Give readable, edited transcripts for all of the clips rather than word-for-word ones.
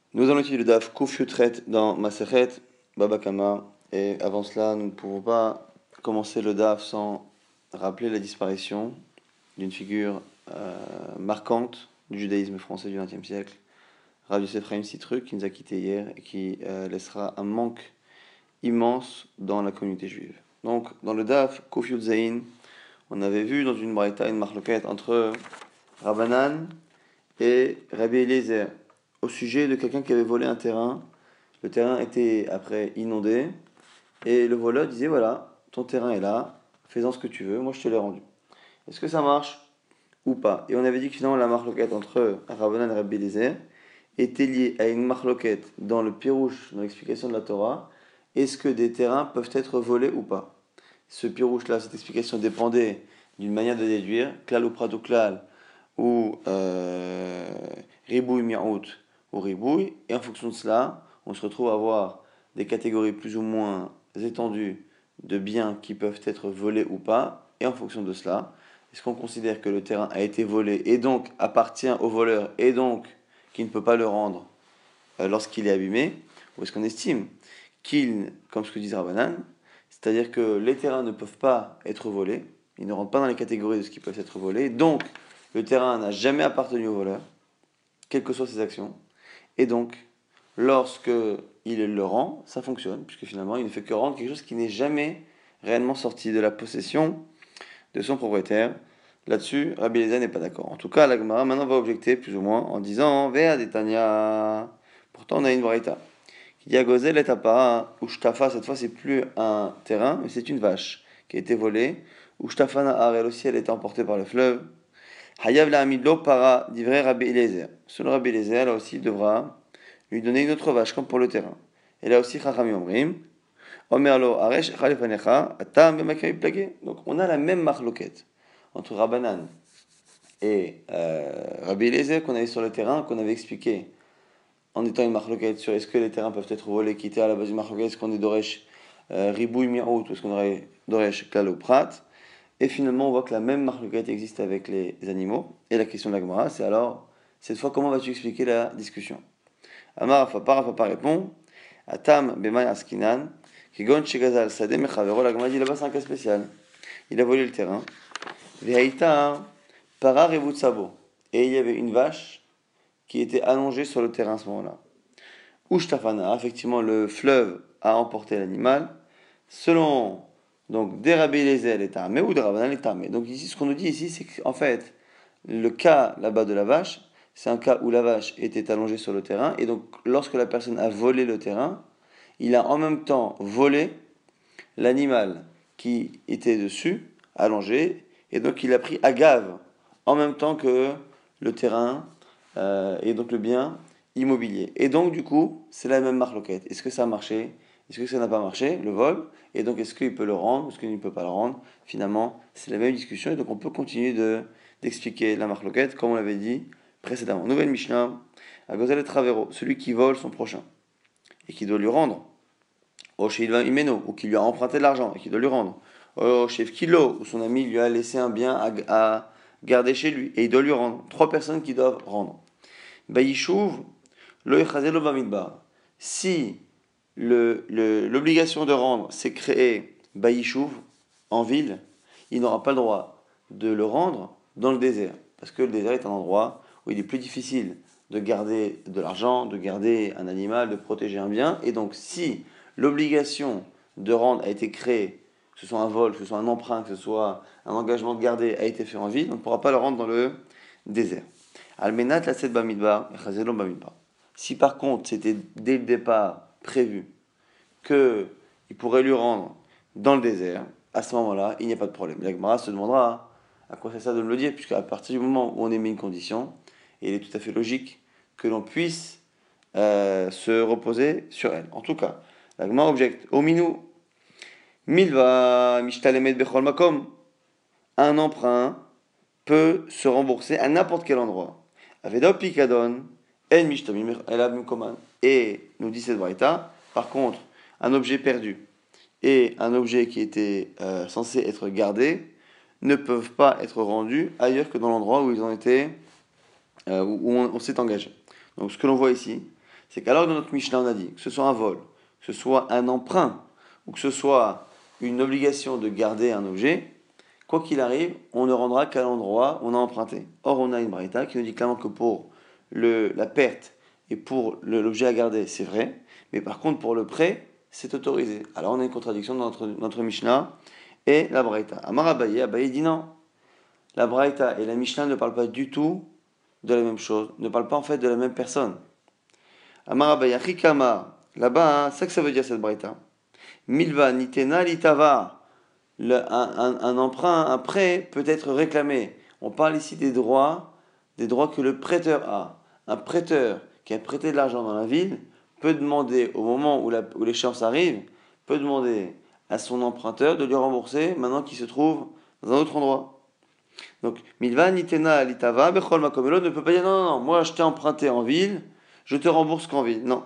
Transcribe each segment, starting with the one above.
Nous allons étudier le Daf Kuf Yutret dans Masechet Baba Kama. Et avant cela, nous ne pouvons pas commencer le Daf sans rappeler la disparition d'une figure marquante du judaïsme français du XXe siècle, Rav Yosef Chaim Sitruk, qui nous a quittés hier et qui laissera un manque immense dans la communauté juive. Donc, dans le Daf Kuf Yut Zayin, on avait vu dans une braïta une marloquette entre Rabbanan et Rabbi Eliezer au sujet de quelqu'un qui avait volé un terrain. Le terrain était après inondé et le voleur disait voilà, ton terrain est là, fais-en ce que tu veux, moi je te l'ai rendu. Est-ce que ça marche ou pas? Et on avait dit que finalement la marloquette entre Rabbanan et Rabbi Eliezer était liée à une marloquette dans le pirouche, dans l'explication de la Torah. Est-ce que des terrains peuvent être volés ou pas? Ce pirouche-là, cette explication dépendait d'une manière de déduire, klal ou prat ou klal, ou ribouille miaout ou ribouille, et en fonction de cela, on se retrouve à avoir des catégories plus ou moins étendues de biens qui peuvent être volés ou pas, et en fonction de cela, est-ce qu'on considère que le terrain a été volé et donc appartient au voleur et donc qu'il ne peut pas le rendre lorsqu'il est abîmé, ou est-ce qu'on estime qu'il, comme ce que dit Rabbanan, c'est-à-dire que les terrains ne peuvent pas être volés, ils ne rentrent pas dans les catégories de ce qui peut être volé, donc le terrain n'a jamais appartenu au voleur, quelles que soient ses actions, et donc lorsque il le rend, ça fonctionne, puisque finalement il ne fait que rendre quelque chose qui n'est jamais réellement sorti de la possession de son propriétaire. Là-dessus, Rabbi Eliezer n'est pas d'accord. En tout cas, la Gemara maintenant va objecter plus ou moins en disant Vea detania. Pourtant, on a une braïta qui dit Agozel et Tapa, Ushtafa, cette fois c'est plus un terrain, mais c'est une vache qui a été volée. Ushtafa Nahar, elle aussi, elle a été emportée par le fleuve. Hayav la Amidlo para d'ivrer Rabbi Eliezer. Selon Rabbi Eliezer, là aussi, il devra lui donner une autre vache, comme pour le terrain. Et là aussi, Chachami Omrim. Omerlo Aresh Khalifanecha, Atam Bemakami Plagé. Donc on a la même marloquette entre Rabbanan et Rabbi Eliezer qu'on avait sur le terrain, qu'on avait expliqué en étant une marloquette sur est-ce que les terrains peuvent être volés, qui était à la base du marloquette, est-ce qu'on est Doresh Ribouille Miaout ou est-ce qu'on aurait Doresh Klalo Prat. Et finalement, on voit que la même marloquette existe avec les animaux. Et la question de la Gemara, c'est alors, cette fois, comment vas-tu expliquer la discussion? Amar Rafa répond Atam Bemay Askinan, Kigon Shegazal Sade Mechavero, la Gemara dit là-bas, c'est un cas spécial. Il a volé le terrain. Vehaïta Para Revut Sabo. Et il y avait une vache qui était allongée sur le terrain à ce moment-là. Ushtafana, effectivement, le fleuve a emporté l'animal. Selon donc des Rabbi Eliezer est armé ou des Rabbanan est armé. Donc ici, ce qu'on nous dit ici, c'est qu'en fait, le cas là-bas de la vache, c'est un cas où la vache était allongée sur le terrain et donc lorsque la personne a volé le terrain, il a en même temps volé l'animal qui était dessus, allongé, et donc il a pris agave en même temps que le terrain et donc le bien immobilier. Et donc du coup, c'est la même marloquette. Est-ce que ça a marché? Est-ce que ça n'a pas marché, le vol? Et donc est-ce qu'il peut le rendre? Est-ce qu'il ne peut pas le rendre? Finalement, c'est la même discussion et donc on peut continuer d'expliquer la marloquette comme on l'avait dit précédemment. Nouvelle Mishnah, à Gozel et Travero, celui qui vole son prochain et qui doit lui rendre ou qui lui a emprunté de l'argent et qui doit lui rendre. Chef Kilo, ou son ami lui a laissé un bien à garder chez lui et il doit lui rendre. Trois personnes qui doivent rendre. Bayishuv, lo echazelo bamidbar. Si l'obligation de rendre s'est créée Bayishuv, en ville, il n'aura pas le droit de le rendre dans le désert. Parce que le désert est un endroit où il est plus difficile de garder de l'argent, de garder un animal, de protéger un bien. Et donc, si l'obligation de rendre a été créée, que ce soit un vol, que ce soit un emprunt, que ce soit un engagement de garder, a été fait en ville, on ne pourra pas le rendre dans le désert. Almenat la set bamidbar, chazelo bamidbar. Si par contre c'était dès le départ prévu qu'il pourrait lui rendre dans le désert, à ce moment-là, il n'y a pas de problème. La Gemara se demandera à quoi ça sert de me le dire, puisque à partir du moment où on émet une condition, il est tout à fait logique que l'on puisse se reposer sur elle. En tout cas, la Gemara objecte au minou milva mishtalemet bechol makom. Un emprunt peut se rembourser à n'importe quel endroit. Aveda pikadon en mishtamim elab koman. Et nous dit cette braïta, par contre, un objet perdu et un objet qui était censé être gardé ne peuvent pas être rendus ailleurs que dans l'endroit où ils ont été, où on s'est engagé. Donc ce que l'on voit ici, C'est qu'alors dans notre Mishnah, on a dit que ce soit un vol, que ce soit un emprunt, ou que ce soit une obligation de garder un objet, quoi qu'il arrive, on ne rendra qu'à l'endroit où on a emprunté. Or, on a une braïta qui nous dit clairement que pour la perte et pour l'objet à garder, c'est vrai, mais par contre, pour le prêt, c'est autorisé. Alors, on a une contradiction dans notre Mishnah et la braïta. Amar Abaye, Abaye dit non. La braïta et la Mishnah ne parlent pas du tout de la même chose, ne parlent pas en fait de la même personne. Amar Abaye, Chikama, là-bas, c'est ça que ça veut dire cette braïta. Milva, Nitena, Litava. Un emprunt, un prêt peut être réclamé. On parle ici des droits que le prêteur a. Un prêteur qui a prêté de l'argent dans la ville peut demander, au moment où l'échéance arrive, peut demander à son emprunteur de lui rembourser maintenant qu'il se trouve dans un autre endroit. Donc, Milva, Nitena, Litava, Bechol Makomelo ne peut pas dire non, moi je t'ai emprunté en ville, je te rembourse qu'en ville. Non.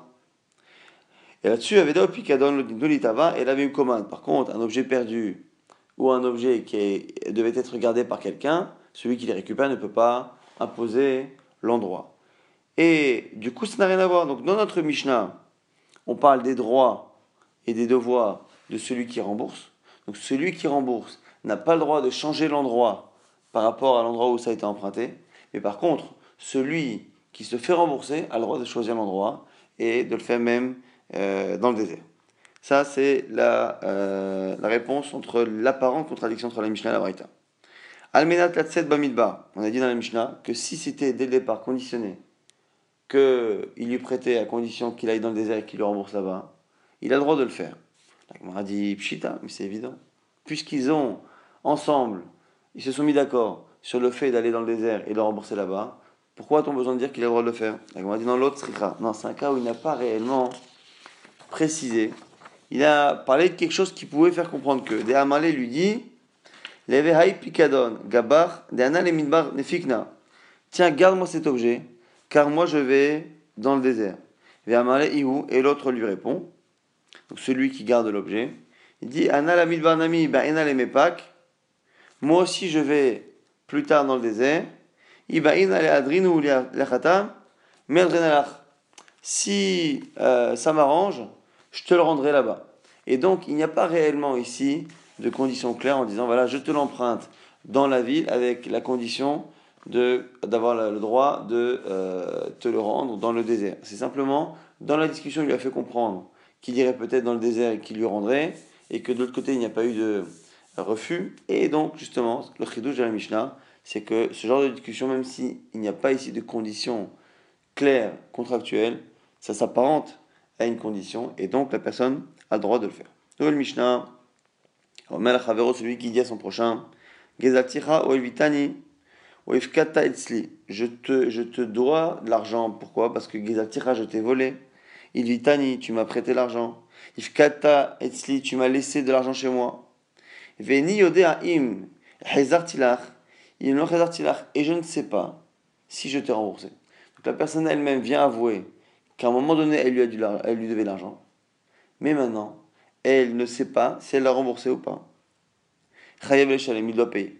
Et là-dessus, Aveda Pikadon Litava, elle avait une commande. Par contre, un objet perdu ou un objet devait être gardé par quelqu'un, celui qui les récupère ne peut pas imposer l'endroit. Et du coup, ça n'a rien à voir. Donc, dans notre Mishnah, on parle des droits et des devoirs de celui qui rembourse. Donc, celui qui rembourse n'a pas le droit de changer l'endroit par rapport à l'endroit où ça a été emprunté. Mais par contre, celui qui se fait rembourser a le droit de choisir l'endroit et de le faire même dans le désert. Ça, c'est la réponse entre l'apparente contradiction entre la Mishnah et la Braïta. Almenat latset bamidbar. On a dit dans la Mishnah que si c'était dès le départ conditionné qu'il lui prêtait à condition qu'il aille dans le désert et qu'il le rembourse là-bas, il a le droit de le faire. La Gemara dit pshita, mais c'est évident. Puisqu'ils ont ensemble, ils se sont mis d'accord sur le fait d'aller dans le désert et de le rembourser là-bas, pourquoi a-t-on besoin de dire qu'il a le droit de le faire? La Gemara dit dans l'autre srika. Non, c'est un cas où il n'a pas réellement précisé. Il a parlé de quelque chose qui pouvait faire comprendre que. De Amalé lui dit Levehai pikadon, gabar, de Anna leminbar nefikna. Tiens, garde-moi cet objet, car moi je vais dans le désert. De Amalé ihu, et l'autre lui répond, donc celui qui garde l'objet, il dit Anna la midbar nami, ben Anna le mepak. Moi aussi je vais plus tard dans le désert. Ibain ale adrinu lechatam, meldrenalach. Si ça m'arrange, je te le rendrai là-bas. Et donc, il n'y a pas réellement ici de condition claire en disant, voilà, je te l'emprunte dans la ville avec la condition d'avoir le droit de te le rendre dans le désert. C'est simplement, dans la discussion, il lui a fait comprendre qu'il irait peut-être dans le désert et qu'il lui rendrait, et que de l'autre côté, il n'y a pas eu de refus. Et donc, justement, le chidouche de la Mishnah, c'est que ce genre de discussion, même s'il n'y a pas ici de conditions claires, contractuelles, ça s'apparente à une condition, et donc la personne a le droit de le faire. Nouvelle Mishnah, celui qui dit à son prochain, Gezaticha o evitani o ifkata etzli. Je te dois de l'argent. Pourquoi? Parce que Gezaticha, je t'ai volé. Ilvitani, tu m'as prêté l'argent. Ifkata etzli, tu m'as laissé de l'argent chez moi. Veni yodea im hezartilach. Et je ne sais pas si je t'ai remboursé. Donc la personne elle-même vient avouer qu'à un moment donné, elle lui devait l'argent. Mais maintenant, elle ne sait pas si elle l'a remboursé ou pas. Chayav le shalem, il doit payer.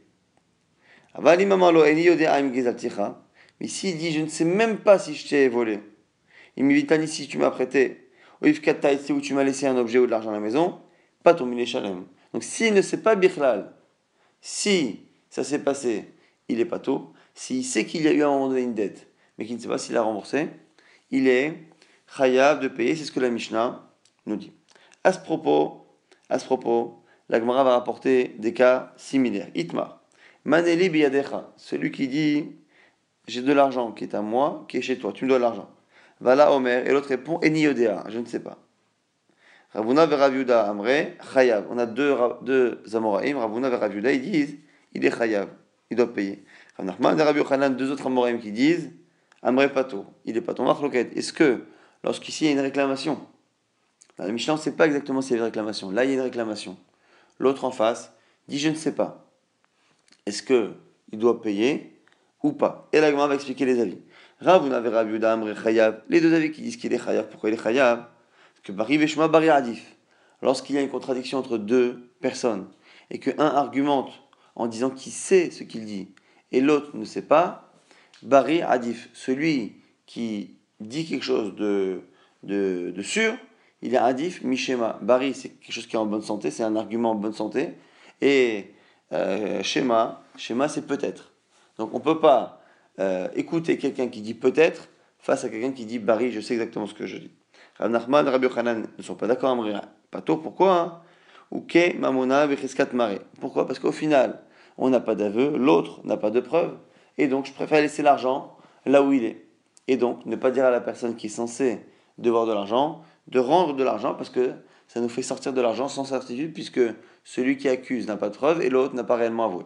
Mais s'il dit, je ne sais même pas si je t'ai volé, il m'évite si tu m'as prêté, ou tu m'as laissé un objet ou de l'argent à la maison, pas ton mille shalem. Donc s'il ne sait pas bichlal, si ça s'est passé, il est pas tôt. S'il sait qu'il y a eu à un moment donné une dette, mais qu'il ne sait pas s'il a remboursé, il est chayav de payer, c'est ce que la Mishnah nous dit. À ce propos, la Gemara va rapporter des cas similaires. Itmar, maneli biyadecha, celui qui dit j'ai de l'argent qui est à moi, qui est chez toi, tu me dois de l'argent. Vala Omer, et l'autre répond eni yodea, je ne sais pas. Ravuna ve Rav Yuda amre chayav. On a deux Amoraïm, Ravuna ve Rav Yuda, ils disent il est chayav, il doit payer. Rav Nachman et Rav Yochanan, deux autres Amoraïm qui disent amre pato, il est pato. Marloket, est-ce que lorsqu'ici il y a une réclamation, dans la Mishnah, on ne sait pas exactement s'il y a une réclamation. Là, il y a une réclamation. L'autre en face dit je ne sais pas. Est-ce qu'il doit payer ou pas? Et la Gemara va expliquer les avis. Ravuna ve Rav Yuda amre chayav. Les deux avis qui disent qu'il est chayav. Pourquoi il est chayav? Parce que bari veshma bari adif. Lorsqu'il y a une contradiction entre deux personnes et que un argumente en disant qu'il sait ce qu'il dit et l'autre ne sait pas, bari adif. Celui qui dit quelque chose de sûr, il est adif mishema. Bari, c'est quelque chose qui est en bonne santé, c'est un argument en bonne santé. Et shema, c'est peut-être. Donc on ne peut pas écouter quelqu'un qui dit peut-être face à quelqu'un qui dit bari, je sais exactement ce que je dis. Rav Nachman, Rabbi Yochanan ne sont pas d'accord, pas tôt, pourquoi hein? Ou ke mamona becheskat mare. Pourquoi? Parce qu'au final, on n'a pas d'aveu, l'autre n'a pas de preuve, et donc je préfère laisser l'argent là où il est. Et donc ne pas dire à la personne qui est censée devoir de l'argent, de rendre de l'argent, parce que ça nous fait sortir de l'argent sans certitude, puisque celui qui accuse n'a pas de preuve et l'autre n'a pas réellement avoué.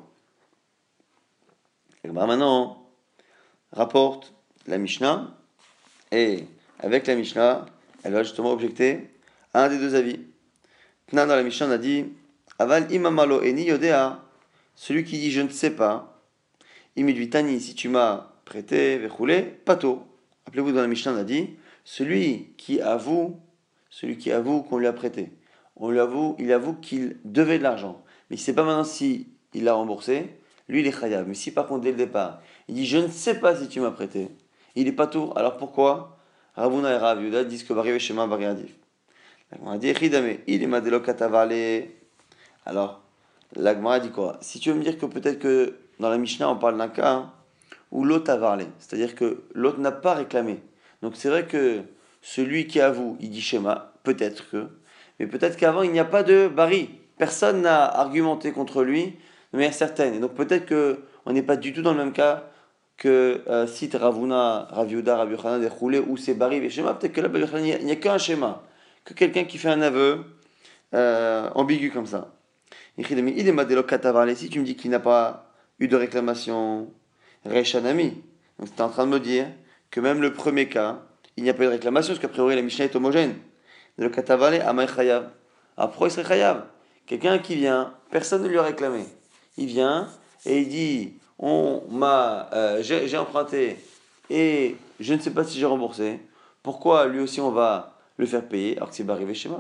Et maintenant, rapporte la Mishnah, et avec la Mishnah, elle va justement objecter à un des deux avis. Dans la Mishnah, on a dit Aval imamalo eni yodea, celui qui dit je ne sais pas, imidvitani, si tu m'as prêté, vechoulé, pato. Rappelez-vous, dans la Mishnah, on a dit celui qui avoue qu'on lui a prêté, il avoue qu'il devait de l'argent, mais il ne sait pas maintenant si il l'a remboursé, lui il est chayav. Mais si par contre dès le départ, il dit je ne sais pas si tu m'as prêté, il est pato. Alors pourquoi Ravuna et Rav Yuda disent que Bari Shema Bari Adif. On a dit il est madelo katavale. Alors, la Gemara dit quoi? Si tu veux me dire que peut-être que dans la Mishnah on parle d'un cas où l'autre a parlé, c'est-à-dire que l'autre n'a pas réclamé. Donc c'est vrai que celui qui avoue, il dit schéma, peut-être que, mais peut-être qu'avant il n'y a pas de bari. Personne n'a argumenté contre lui de manière certaine. Et donc peut-être que on n'est pas du tout dans le même cas que si Ravuna, Raviuda, Rabbi Yochanan, des roulés où c'est bari et schéma. Peut-être que là, il n'y a qu'un schéma, que quelqu'un qui fait un aveu ambigu comme ça. Si tu me dis qu'il n'a pas eu de réclamation, Rechanami. Donc tu es en train de me dire que même le premier cas, il n'y a pas eu de réclamation, parce qu'a priori la Mishnah est homogène. Le Katavale, Amay Chayav. Alors pourquoi il serait Chayav? Quelqu'un qui vient, personne ne lui a réclamé. Il vient et il dit j'ai emprunté et je ne sais pas si j'ai remboursé. Pourquoi lui aussi on va le faire payer alors que c'est Bari Shema?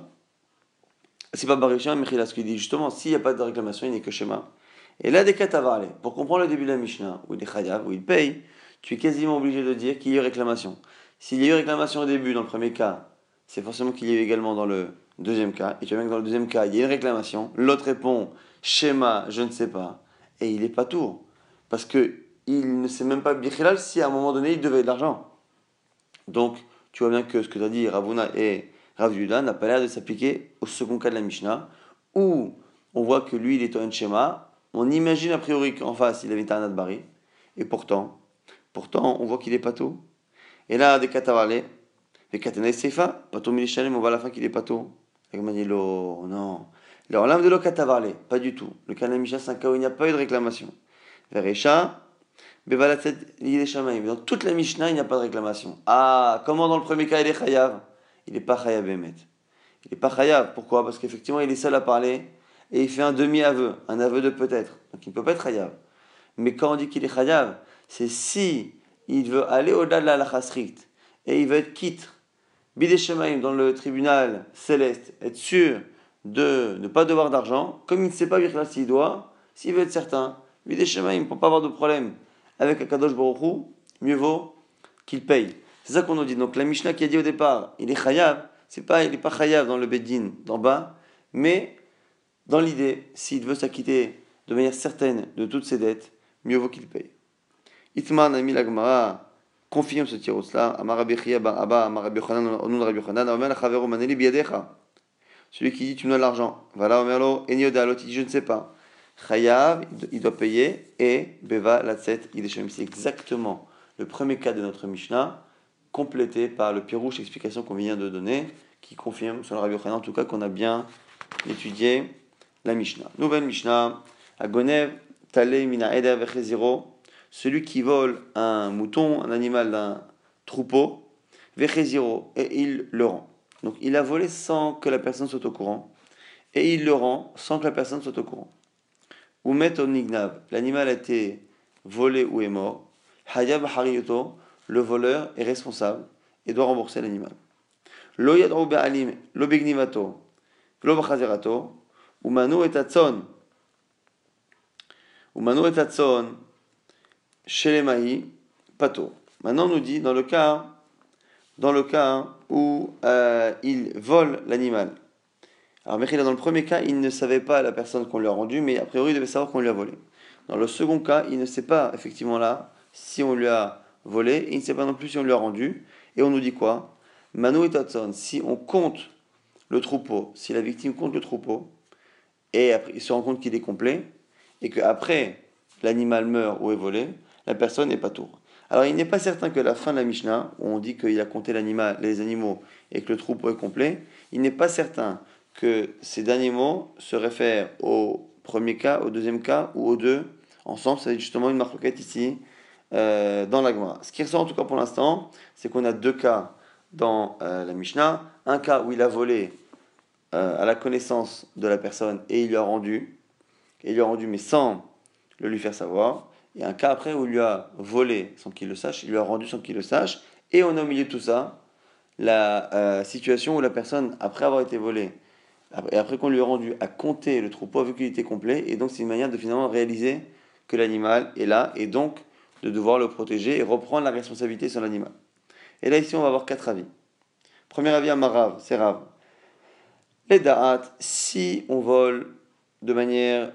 C'est pas Bari Shema, mais ce qu'il dit justement, s'il n'y a pas de réclamation, il n'est que Shema. Et là, des Katavale, pour comprendre le début de la Mishnah, où il est Chayav, où il paye, tu es quasiment obligé de dire qu'il y a eu réclamation. S'il y a eu réclamation au début, dans le premier cas, c'est forcément qu'il y a eu également dans le deuxième cas. Et tu vois bien que dans le deuxième cas, il y a une réclamation. L'autre répond schéma, je ne sais pas. Et il n'est pas tour. Parce que il ne sait même pas Bichilal si à un moment donné il devait de l'argent. Donc, tu vois bien que ce que tu as dit, Ravuna et Rav Yuda, n'a pas l'air de s'appliquer au second cas de la Mishnah, où on voit que lui, il est un schéma. On imagine a priori qu'en face, il avait un Adbari. Et pourtant, on voit qu'il est pato. Et là, des Katavalé, des Katana Seifa, pato Milishalem, on voit à la fin qu'il est pato. Et on dit, non. Alors, l'âme de l'eau Katavalé, pas du tout. Le cas de la Mishnah, c'est un cas où il n'y a pas eu de réclamation. Verecha, Bevalatzet, l'idée Shamaim. Dans toute la Mishnah, il n'y a pas de réclamation. Ah, comment dans le premier cas, il est Chayav? Il n'est pas Chayav Emet. Il n'est pas Chayav. Pourquoi? Parce qu'effectivement, il est seul à parler et il fait un demi-aveu, un aveu de peut-être. Donc il ne peut pas être Chayav. Mais quand on dit qu'il est Chayav, c'est si il veut aller au-delà de la halakha stricte et il veut être quitte, Bidei Shemaim, dans le tribunal céleste, être sûr de ne pas devoir d'argent, comme il ne sait pas s'il doit, s'il veut être certain, Bidei Shemaim, pour ne pas avoir de problème avec Akadosh Baruch Hu, mieux vaut qu'il paye. C'est ça qu'on nous dit. Donc la Mishnah qui a dit au départ, il est Chayav, il n'est pas Chayav dans le Beddin d'en bas, mais dans l'idée, s'il veut s'acquitter de manière certaine de toutes ses dettes, mieux vaut qu'il paye. Itman a mis la Gemara, confirme ce tirous-là, Amarabi Chia bar Abba, Amarabi Yochanan, au nom de Rabbi Yochanan, Omer Chavero Maneli Biadecha. Celui qui dit tu me donnes l'argent, voilà Omerlo, Enyoda, l'autre il dit je ne sais pas. Chayav, il doit payer, et Beva Latset, Ideshem. C'est exactement le premier cas de notre Mishnah, complété par le pirouche explication qu'on vient de donner, qui confirme, selon Rabbi Yochanan en tout cas, qu'on a bien étudié la Mishnah. Nouvelle Mishnah, Agonev, Tale, Mina, Eder, Vecheziro, celui qui vole un mouton, un animal d'un troupeau, Vecheziro, et il le rend. Donc il a volé sans que la personne soit au courant, et il le rend sans que la personne soit au courant. Ou met au nignav, l'animal a été volé ou est mort. Hayab hariyoto, le voleur est responsable et doit rembourser l'animal. Lo yadrou be'alim, lo begnivato, lo b'chazerato, ou manu et atzon, shelemahi, pato. Maintenant on nous dit, dans le cas dans le cas où il vole l'animal. Alors, Mechila, dans le premier cas, il ne savait pas la personne qu'on lui a rendue, mais a priori, il devait savoir qu'on lui a volé. Dans le second cas, il ne sait pas, effectivement, là, si on lui a volé, et il ne sait pas non plus si on lui a rendu. Et on nous dit quoi? Manu et Tatson, si on compte le troupeau, si la victime compte le troupeau, et après, il se rend compte qu'il est complet, et qu'après l'animal meurt ou est volé, la personne n'est pas tour. Alors il n'est pas certain que la fin de la Mishnah, où on dit qu'il a compté les animaux et que le troupeau est complet, il n'est pas certain que ces derniers mots se réfèrent au premier cas, au deuxième cas ou aux deux ensemble. C'est justement une marloquette ici dans la Gemara. Ce qui ressort en tout cas pour l'instant, c'est qu'on a deux cas dans la Mishnah. Un cas où il a volé à la connaissance de la personne et il lui a rendu, mais sans le lui faire savoir. Et un cas après où il lui a volé sans qu'il le sache, il lui a rendu sans qu'il le sache. Et on a au milieu de tout ça la situation où la personne, après avoir été volée, et après qu'on lui ait rendu, a compté le troupeau vu qu'il était complet. Et donc c'est une manière de finalement réaliser que l'animal est là et donc de devoir le protéger et reprendre la responsabilité sur l'animal. Et là ici on va avoir quatre avis. Premier avis à Marav, c'est Rav. Les da'at, si on vole de manière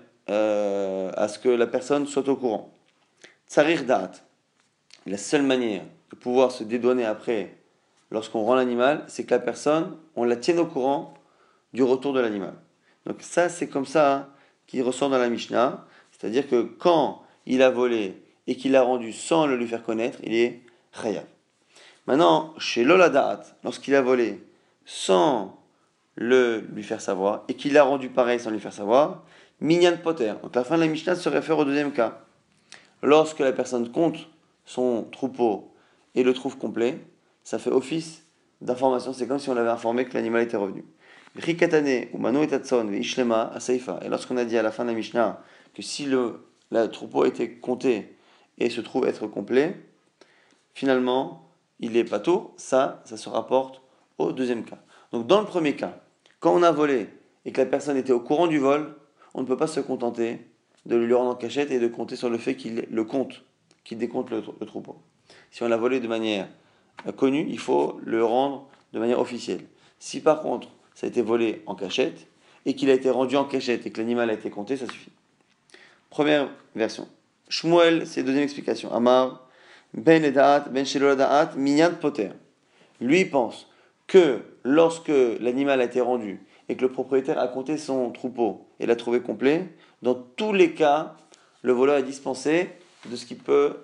à ce que la personne soit au courant. Tsarir da'at, la seule manière de pouvoir se dédouaner après, lorsqu'on rend l'animal, c'est que la personne, on la tienne au courant du retour de l'animal. Donc ça, c'est comme ça qui ressort dans la Mishnah, c'est-à-dire que quand il a volé et qu'il l'a rendu sans le lui faire connaître, il est chayav. Maintenant, chez Lola da'at, lorsqu'il a volé sans le lui faire savoir et qu'il l'a rendu pareil sans lui faire savoir, minyan poter. Donc la fin de la Mishnah se réfère au deuxième cas. Lorsque la personne compte son troupeau et le trouve complet, ça fait office d'information. C'est comme si on l'avait informé que l'animal était revenu. Rikatane ou mano etatson ishlema aseifa. Et lorsqu'on a dit à la fin de la Mishnah que si le troupeau a été compté et se trouve être complet, finalement, il est pato. Ça se rapporte au deuxième cas. Donc dans le premier cas, quand on a volé et que la personne était au courant du vol, on ne peut pas se contenter de le lui rendre en cachette et de compter sur le fait qu'il le compte, qu'il décompte le troupeau. Si on l'a volé de manière connue, il faut le rendre de manière officielle. Si par contre ça a été volé en cachette et qu'il a été rendu en cachette et que l'animal a été compté, ça suffit. Première version. Shmuel, c'est deuxième explication. Amar, ben edaat, ben shelo da'at, minyan poter. Lui pense que lorsque l'animal a été rendu et que le propriétaire a compté son troupeau et l'a trouvé complet, dans tous les cas, le voleur est dispensé de ce qui peut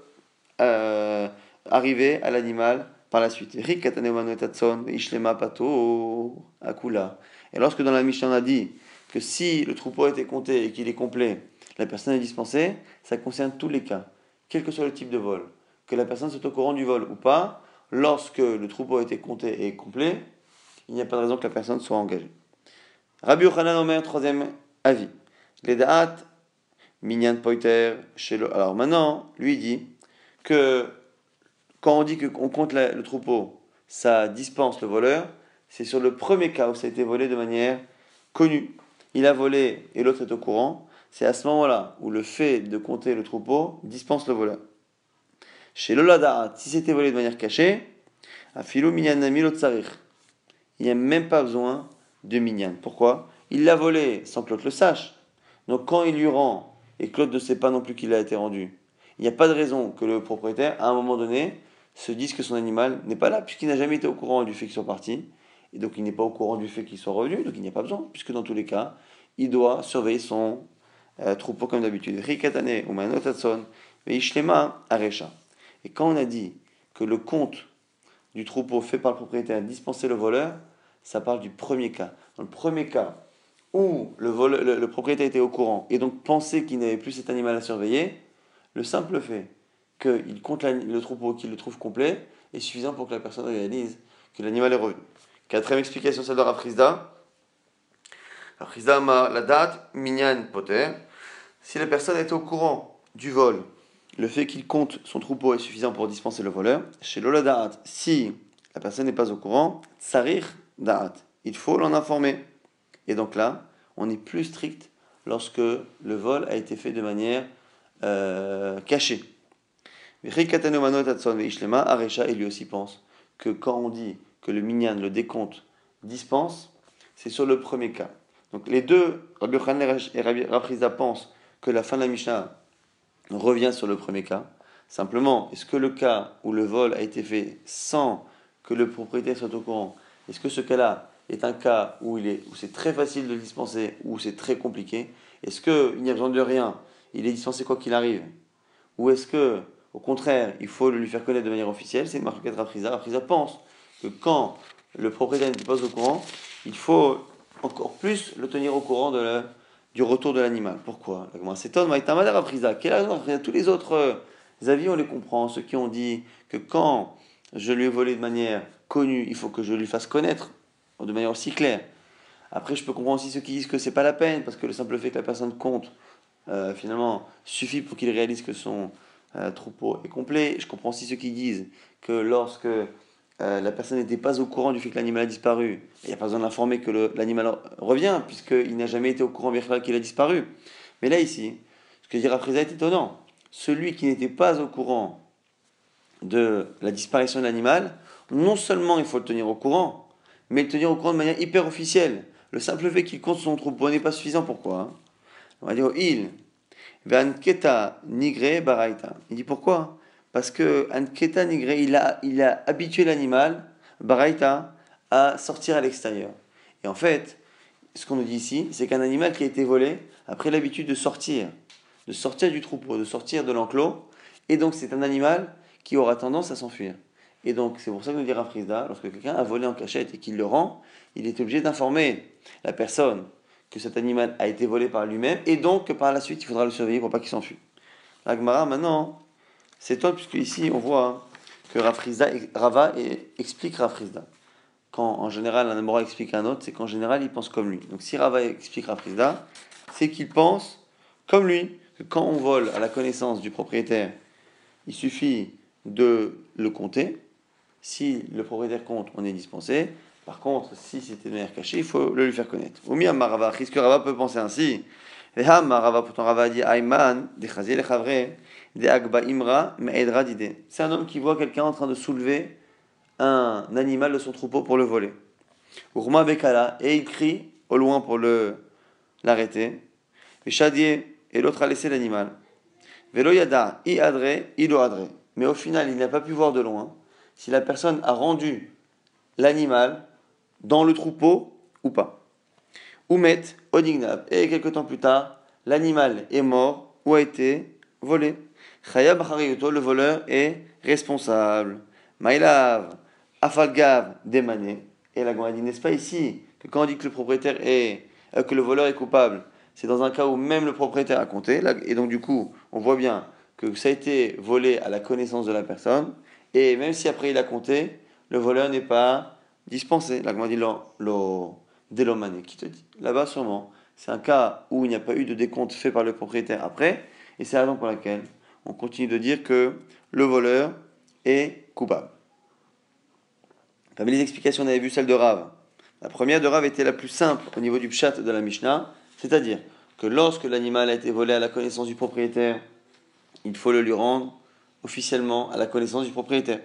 arriver à l'animal par la suite. Et lorsque dans la Mishnah on a dit que si le troupeau a été compté et qu'il est complet, la personne est dispensée, ça concerne tous les cas, quel que soit le type de vol. Que la personne soit au courant du vol ou pas, lorsque le troupeau a été compté et complet, il n'y a pas de raison que la personne soit engagée. Rabbi Yochanan Omer, troisième avis. Les da'at, minyan poiter, shelo. Alors maintenant, lui dit que quand on dit qu'on compte le troupeau, ça dispense le voleur, c'est sur le premier cas où ça a été volé de manière connue. Il a volé et l'autre est au courant. C'est à ce moment-là où le fait de compter le troupeau dispense le voleur. Chez Lola si c'était volé de manière cachée, Afilou minyan namilo tsarich. Il n'y a même pas besoin de minyan. Pourquoi? Il l'a volé sans que l'autre le sache. Donc quand il lui rend et que l'autre ne sait pas non plus qu'il a été rendu, il n'y a pas de raison que le propriétaire, à un moment donné, se dise que son animal n'est pas là, puisqu'il n'a jamais été au courant du fait qu'il soit parti, et donc il n'est pas au courant du fait qu'il soit revenu, donc il n'y a pas besoin, puisque dans tous les cas, il doit surveiller son troupeau comme d'habitude. Rikatane ou manotatson, veishlema arecha. Et quand on a dit que le compte du troupeau fait par le propriétaire dispenser le voleur, ça parle du premier cas. Dans le premier cas où le propriétaire était au courant et donc pensait qu'il n'avait plus cet animal à surveiller, le simple fait qu'il compte le troupeau, qu'il le trouve complet, est suffisant pour que la personne réalise que l'animal est revenu. Quatrième explication, celle de Rav Chizda. Rav Chizda ma la date, minyan poter. Si la personne est au courant du vol, le fait qu'il compte son troupeau est suffisant pour dispenser le voleur. Chez Lola da'at, si la personne n'est pas au courant, tsarir da'at, il faut l'en informer. Et donc là, on est plus strict lorsque le vol a été fait de manière cachée. Et lui aussi pense que quand on dit que le minyan, le décompte, dispense, c'est sur le premier cas. Donc les deux, Rabbi Yochanan et Rabbi Raprizda pensent que la fin de la Mishnah revient sur le premier cas. Simplement, est-ce que le cas où le vol a été fait sans que le propriétaire soit au courant, est-ce que ce cas-là est un cas où c'est très facile de le dispenser, ou c'est très compliqué? Est-ce qu'il n'y a besoin de rien, il est dispensé quoi qu'il arrive? Ou est-ce que, au contraire, il faut le lui faire connaître de manière officielle? C'est une marque de Raprizda. Raprizda pense que quand le propriétaire n'est pas au courant, il faut encore plus le tenir au courant du retour de l'animal. Pourquoi? C'est Ton Maïtamada Raprizda. Quelle raison? Tous les autres avis, on les comprend. Ceux qui ont dit que quand je lui ai volé de manière connue, il faut que je lui fasse connaître de manière aussi claire. Après, je peux comprendre aussi ceux qui disent que c'est pas la peine, parce que le simple fait que la personne compte, finalement, suffit pour qu'il réalise que son troupeau est complet. Je comprends aussi ceux qui disent que lorsque la personne n'était pas au courant du fait que l'animal a disparu, il n'y a pas besoin d'informer que l'animal revient, puisqu'il n'a jamais été au courant bien qu'il a disparu. Mais là, ici, ce que dit Raprizda est étonnant. Celui qui n'était pas au courant de la disparition de l'animal, non seulement il faut le tenir au courant, mais le tenir au courant de manière hyper officielle. Le simple fait qu'il compte son troupeau n'est pas suffisant. Pourquoi? On va dire il Anketa nigre baraita. Il dit pourquoi? Parce que Anketa nigre, il a habitué l'animal, baraita, à sortir à l'extérieur. Et en fait, ce qu'on nous dit ici, c'est qu'un animal qui a été volé a pris l'habitude de sortir du troupeau, de sortir de l'enclos, et donc c'est un animal qui aura tendance à s'enfuir. Et donc c'est pour ça que nous dit Raprizda, lorsque quelqu'un a volé en cachette et qu'il le rend, il est obligé d'informer la personne que cet animal a été volé par lui-même, et donc que par la suite il faudra le surveiller pour pas qu'il s'enfuit. La Gemara maintenant, c'est toi, puisque ici on voit que Rava explique Raprizda. Quand en général un Amora explique un autre, c'est qu'en général il pense comme lui. Donc si Rava explique Raprizda, c'est qu'il pense comme lui, que quand on vole à la connaissance du propriétaire, il suffit de le compter. Si le propriétaire compte, on est dispensé. Par contre, si c'était de manière cachée, il faut le lui faire connaître. Oumi Amarava, est-ce que Rava peut penser ainsi? Et Amarava, pourtant Rava dit Ayman, de Chazier le Chavre, de Agba Imra, Me'edra d'idée. C'est un homme qui voit quelqu'un en train de soulever un animal de son troupeau pour le voler. Urma Bekala, et il crie au loin pour l'arrêter. Et Chadier, et l'autre a laissé l'animal. Velo Yada, I adre, ilo adre. Mais au final, il n'a pas pu voir de loin si la personne a rendu l'animal dans le troupeau ou pas. Oumet, Odignab. Et quelques temps plus tard, l'animal est mort ou a été volé. Chayab Hariyuto, le voleur, est responsable. Maïlav, Afalgav, Demané. Et la Gemara dit, n'est-ce pas ici que quand on dit que le propriétaire que le voleur est coupable, c'est dans un cas où même le propriétaire a compté, et donc du coup, on voit bien que ça a été volé à la connaissance de la personne, et même si après il a compté, le voleur n'est pas dispensé. La Gemara dit, Delomane, qui te dit? Là-bas, sûrement, c'est un cas où il n'y a pas eu de décompte fait par le propriétaire après, et c'est la raison pour laquelle on continue de dire que le voleur est coupable. Parmi les explications, on avait vu celle de Rav. La première de Rav était la plus simple au niveau du pshat de la Mishnah, c'est-à-dire que lorsque l'animal a été volé à la connaissance du propriétaire, il faut le lui rendre officiellement à la connaissance du propriétaire.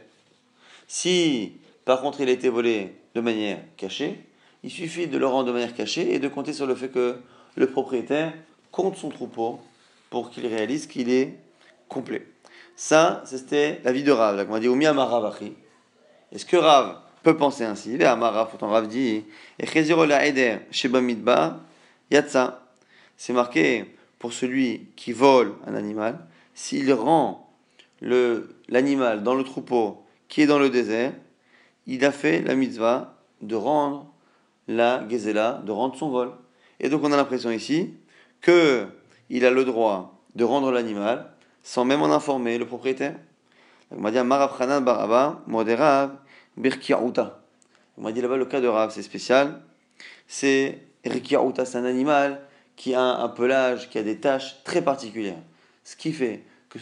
Si, par contre, il a été volé de manière cachée, il suffit de le rendre de manière cachée et de compter sur le fait que le propriétaire compte son troupeau pour qu'il réalise qu'il est complet. Ça, c'était l'avis de Rav. Là, on a dit Oumi Amar Rav Achi. Est-ce que Rav peut penser ainsi? Les Amar Rav, pourtant Rav dit Echeziro la Eder Sheba Midbar Yatsa. C'est marqué pour celui qui vole un animal, s'il rend l'animal dans le troupeau qui est dans le désert, il a fait la mitzvah de rendre la gezela, de rendre son vol. Et donc on a l'impression ici qu'il a le droit de rendre l'animal sans même en informer le propriétaire. On m'a dit Marav Hanan Baraba, Moderav, Birkiauta. On m'a dit là-bas le cas de Rav, c'est spécial. C'est Rikiauta, c'est un animal qui a un pelage, qui a des taches très particulières. Ce qui fait que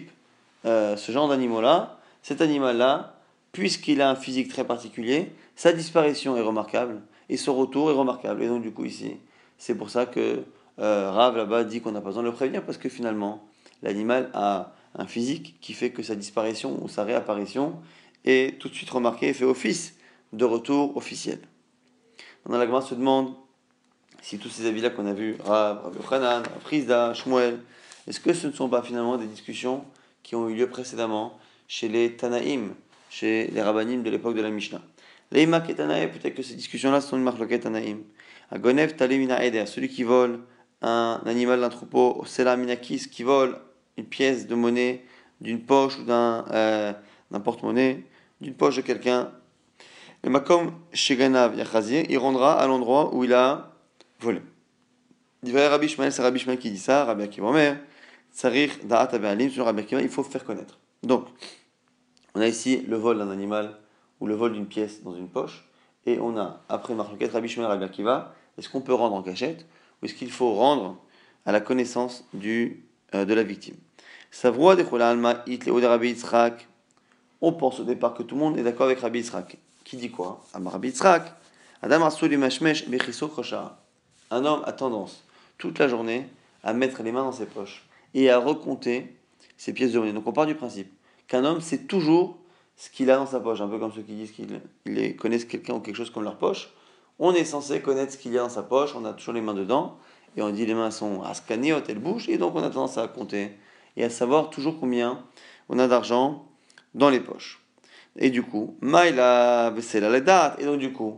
ce genre d'animal-là, cet animal-là, puisqu'il a un physique très particulier, sa disparition est remarquable et son retour est remarquable. Et donc du coup ici, c'est pour ça que Rav là-bas dit qu'on n'a pas besoin de le prévenir parce que finalement, l'animal a un physique qui fait que sa disparition ou sa réapparition est tout de suite remarqué et fait office de retour officiel. On a la Gemara se demande si tous ces avis-là qu'on a vus, Rabbi Yochanan, Frisda, Shmuel, est-ce que ce ne sont pas finalement des discussions qui ont eu lieu précédemment chez les Tanaïm, chez les Rabbanim de l'époque de la Mishnah? Les Imak et Tanaïm, peut-être que ces discussions-là sont une marque Tanaïm. Agonev Talemina Eder, celui qui vole un animal d'un troupeau, au Sela Minakis, qui vole une pièce de monnaie d'une poche ou d'un porte-monnaie, d'une poche de quelqu'un. Le Makom Sheganav Yachazir, il rendra à l'endroit où il a volé. Rabbi Ishmael, c'est Rabbi Ishmael qui dit ça, Rabbi Akiva Omer, Tsarich Da'at Abe'alim, sur Rabbi Akiva, il faut faire connaître. Donc, on a ici le vol d'un animal ou le vol d'une pièce dans une poche, et on a, après Marloket, Rabbi Ishmael, Rabbi Akiva, est-ce qu'on peut rendre en cachette, ou est-ce qu'il faut rendre à la connaissance de la victime? Savroa de Chola Alma, Itleo de Rabbi Yitzhak, on pense au départ que tout le monde est d'accord avec Rabbi Yitzhak. Qui dit quoi? Rabbi Yitzhak, Adam Arsouli Mashmesh, Bechiso Kroshara. Un homme a tendance, toute la journée, à mettre les mains dans ses poches et à recompter ses pièces de monnaie. Donc on part du principe qu'un homme sait toujours ce qu'il a dans sa poche, un peu comme ceux qui disent qu'ils connaissent quelqu'un ou quelque chose comme leur poche. On est censé connaître ce qu'il y a dans sa poche, on a toujours les mains dedans, et on dit les mains sont à scanner, elles bougent, et donc on a tendance à compter et à savoir toujours combien on a d'argent dans les poches. Et du coup, Maïla, c'est la date, et donc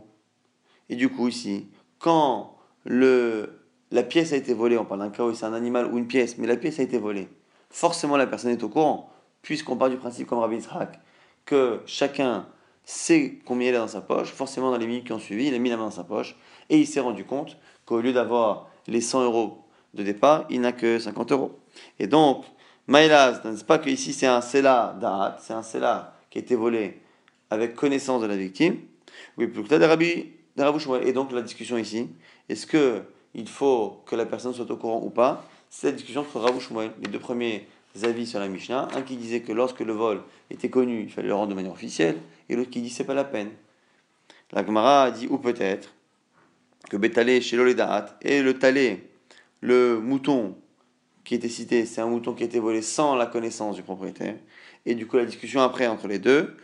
du coup ici, quand la pièce a été volée, on parle d'un cas où c'est un animal ou une pièce, mais la pièce a été volée, forcément la personne est au courant, puisqu'on part du principe comme Rabbi Yitzhak, que chacun sait combien il a dans sa poche, forcément dans les minutes qui ont suivi, il a mis la main dans sa poche, et il s'est rendu compte qu'au lieu d'avoir les 100 euros de départ, il n'a que 50 euros. Et donc, Maïlaz, n'est-ce pas que ici c'est un Sela Da'at, c'est un Sela qui a été volé avec connaissance de la victime, oui, plus que Rabbi Shmuel. Et donc la discussion ici, est-ce que il faut que la personne soit au courant ou pas? C'est la discussion entre Rabbi Shmuel, les deux premiers avis sur la Mishnah, un qui disait que lorsque le vol était connu, il fallait le rendre de manière officielle, et l'autre qui dit c'est pas la peine. La Gemara a dit ou peut-être que Betalé chez l'Oledaat et le talé, le mouton qui était cité, c'est un mouton qui a été volé sans la connaissance du propriétaire. Et du coup, la discussion après entre les deux,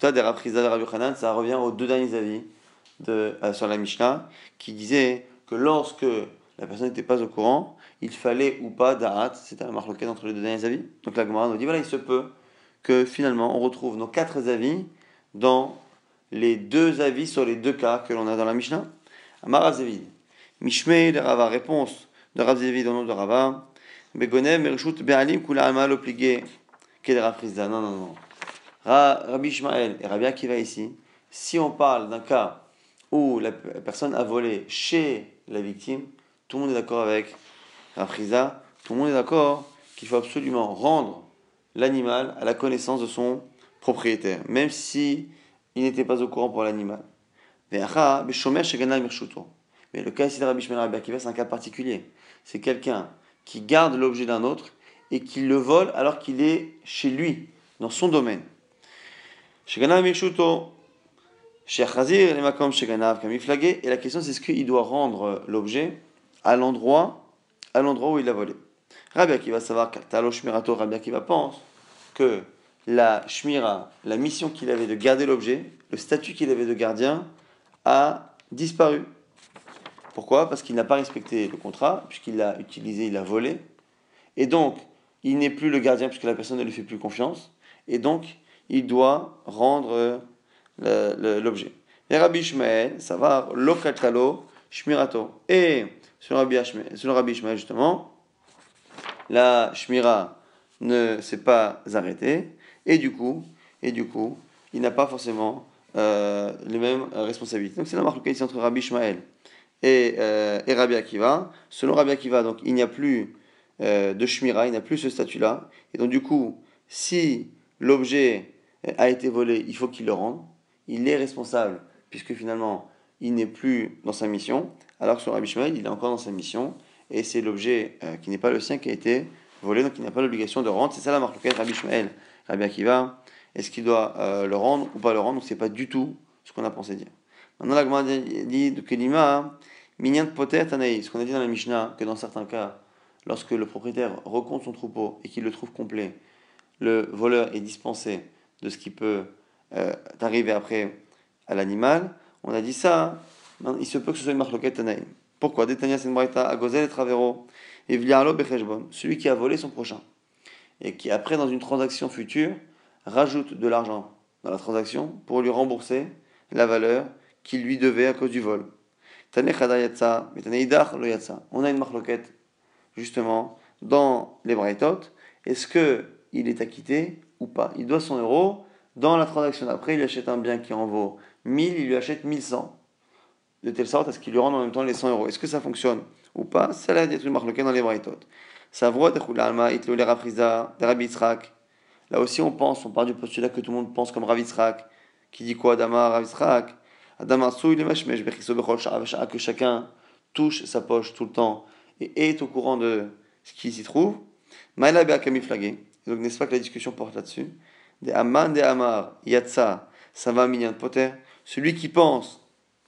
ça revient aux deux derniers avis sur la Mishnah, qui disait que lorsque la personne n'était pas au courant, il fallait ou pas da'at, c'était la marloquette entre les deux derniers avis. Donc la Gemara nous dit, voilà, il se peut que finalement on retrouve nos quatre avis dans les deux avis sur les deux cas que l'on a dans la Mishnah. Amar Rav Zevid, Mishmei de Rava, réponse de Rav Zevid au nom de Rava, Begonem Mershut Be'alim Kula Amal Obligé Kedra Frizda. Non, non, non. Rabbi Ishmael et Rabbi Akiva ici, si on parle d'un cas où la personne a volé chez la victime, tout le monde est d'accord avec Rabbi Frizda, tout le monde est d'accord qu'il faut absolument rendre l'animal à la connaissance de son propriétaire, même si il n'était pas au courant pour l'animal. Mais le cas ici de Rabbi Ishmael et Rabbi Akiva, c'est un cas particulier. C'est quelqu'un qui garde l'objet d'un autre et qui le vole alors qu'il est chez lui, dans son domaine. Et la question c'est est-ce qu'il doit rendre l'objet à l'endroit où il l'a volé. Rabbi Akiva savoir Rabbi Akiva pense que la shmira, la mission qu'il avait de garder l'objet, le statut qu'il avait de gardien, a disparu. Pourquoi? Parce qu'il n'a pas respecté le contrat, puisqu'il l'a utilisé, il l'a volé. Et donc, il n'est plus le gardien, puisque la personne ne lui fait plus confiance. Et donc, il doit rendre l'objet. Et Rabbi Ishmael, ça va, lokatalo, shmirato. Et selon Rabbi Ishmael, justement, la shmira ne s'est pas arrêtée. Et du coup, il n'a pas forcément les mêmes responsabilités. Donc, c'est la marque ici entre Rabbi Ishmael et Rabbi Akiva. Selon Rabbi Akiva, donc, il n'y a plus de shmira, il n'a plus ce statut-là. Et donc, du coup, si l'objet a été volé, il faut qu'il le rende. Il est responsable, puisque finalement, il n'est plus dans sa mission. Alors que sur Rabbi Ishmael, il est encore dans sa mission. Et c'est l'objet qui n'est pas le sien qui a été volé, donc il n'a pas l'obligation de rendre. C'est ça la marque Rabbi Ishmael, Rabbi Akiva. Est-ce qu'il doit le rendre ou pas le rendre? Donc, c'est pas du tout ce qu'on a pensé dire. Maintenant, la Gemara dit de Kelima, Minyan Poter Tanaï, ce qu'on a dit dans la Mishnah, que dans certains cas, lorsque le propriétaire recompte son troupeau et qu'il le trouve complet, le voleur est dispensé de ce qu'il peut d'arriver après à l'animal, on a dit ça, hein, il se peut que ce soit une marloquette Tanaïm. Pourquoi? Détania c'est une braïta, Agozel et Travero, et Vliarlo Becheshbon, celui qui a volé son prochain, et qui après, dans une transaction future, rajoute de l'argent dans la transaction pour lui rembourser la valeur qu'il lui devait à cause du vol. Tane Chada Yatsa, mais Tane Idach Lo Yatsa. On a une marloquette, justement, dans les braïtot. Est-ce qu'il est acquitté ou pas? Il doit 100 euros. Dans la transaction d'après, il achète un bien qui en vaut 1000, il lui achète 1100. De telle sorte à ce qu'il lui rende en même temps les 100 euros. Est-ce que ça fonctionne ou pas? Ça l'a dit une marloquette dans les braïtot. Savroa Techula Alma, Itlo le Rapriza, de Rabbi Yitzhak. Là aussi, on part du postulat que tout le monde pense comme Rav Yitzhak, qui dit quoi, Adama, Rav Yitzhak? Adama Sou, il est mashmesh, bechiso bechol sha'a, que chacun touche sa poche tout le temps et est au courant de ce qui s'y trouve. Maïla be'akami flagué. Donc, n'est-ce pas que la discussion porte là-dessus? De Aman de Amar, Yatsa, ça va minyan poter. Celui qui pense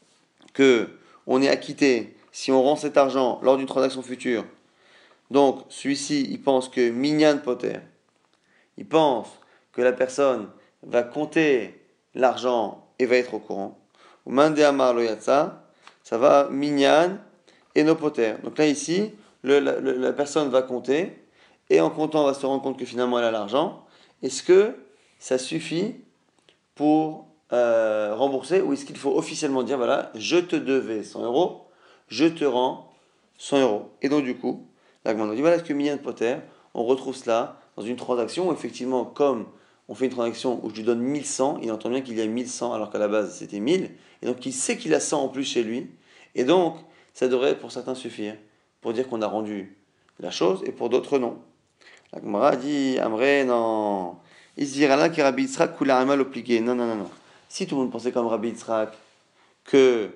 que on est acquitté si on rend cet argent lors d'une transaction future. Donc, celui-ci, il pense que minyan poter. Il pense que la personne va compter l'argent et va être au courant. Ou mande amar lo yatsa, ça va minyan et no poter. Donc là ici, la personne va compter et en comptant, on va se rendre compte que finalement elle a l'argent. Est-ce que ça suffit pour rembourser ou est-ce qu'il faut officiellement dire voilà, je te devais 100 euros, je te rends 100 euros. Et donc du coup, là, on dit voilà, est-ce que minyan poter, on retrouve cela dans une transaction où effectivement, comme on fait une transaction où je lui donne 1100, il entend bien qu'il y a 1100 alors qu'à la base c'était 1000, et donc il sait qu'il a 100 en plus chez lui, et donc ça devrait pour certains suffire pour dire qu'on a rendu la chose, et pour d'autres non. La Gemara dit, Amré, non, il se dira là que Rabbi Yitzhak coule un mal obliqué. Non, non, non, non. Si tout le monde pensait comme Rabbi Yitzhak, que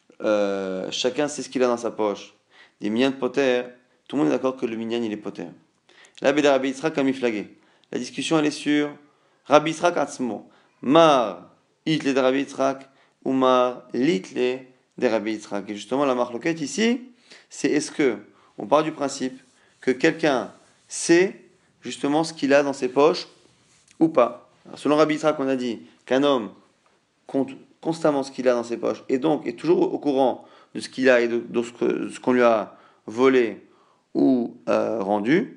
chacun sait ce qu'il a dans sa poche, des minyan de poter, tout le monde est d'accord que le minyan il est poter. Là, Béda Rabbi Yitzhak a mis flagué. La discussion, elle est sur Rabbi Yitzhak Atzmo. Mar itle de Rabbi Yitzhak ou mar litle de Rabbi Yitzhak. Et justement, la marloquette ici, c'est est-ce que on part du principe que quelqu'un sait justement ce qu'il a dans ses poches ou pas. Alors, selon Rabbi Yitzhak, on a dit qu'un homme compte constamment ce qu'il a dans ses poches et donc est toujours au courant de ce qu'il a et de ce qu'on lui a volé ou rendu.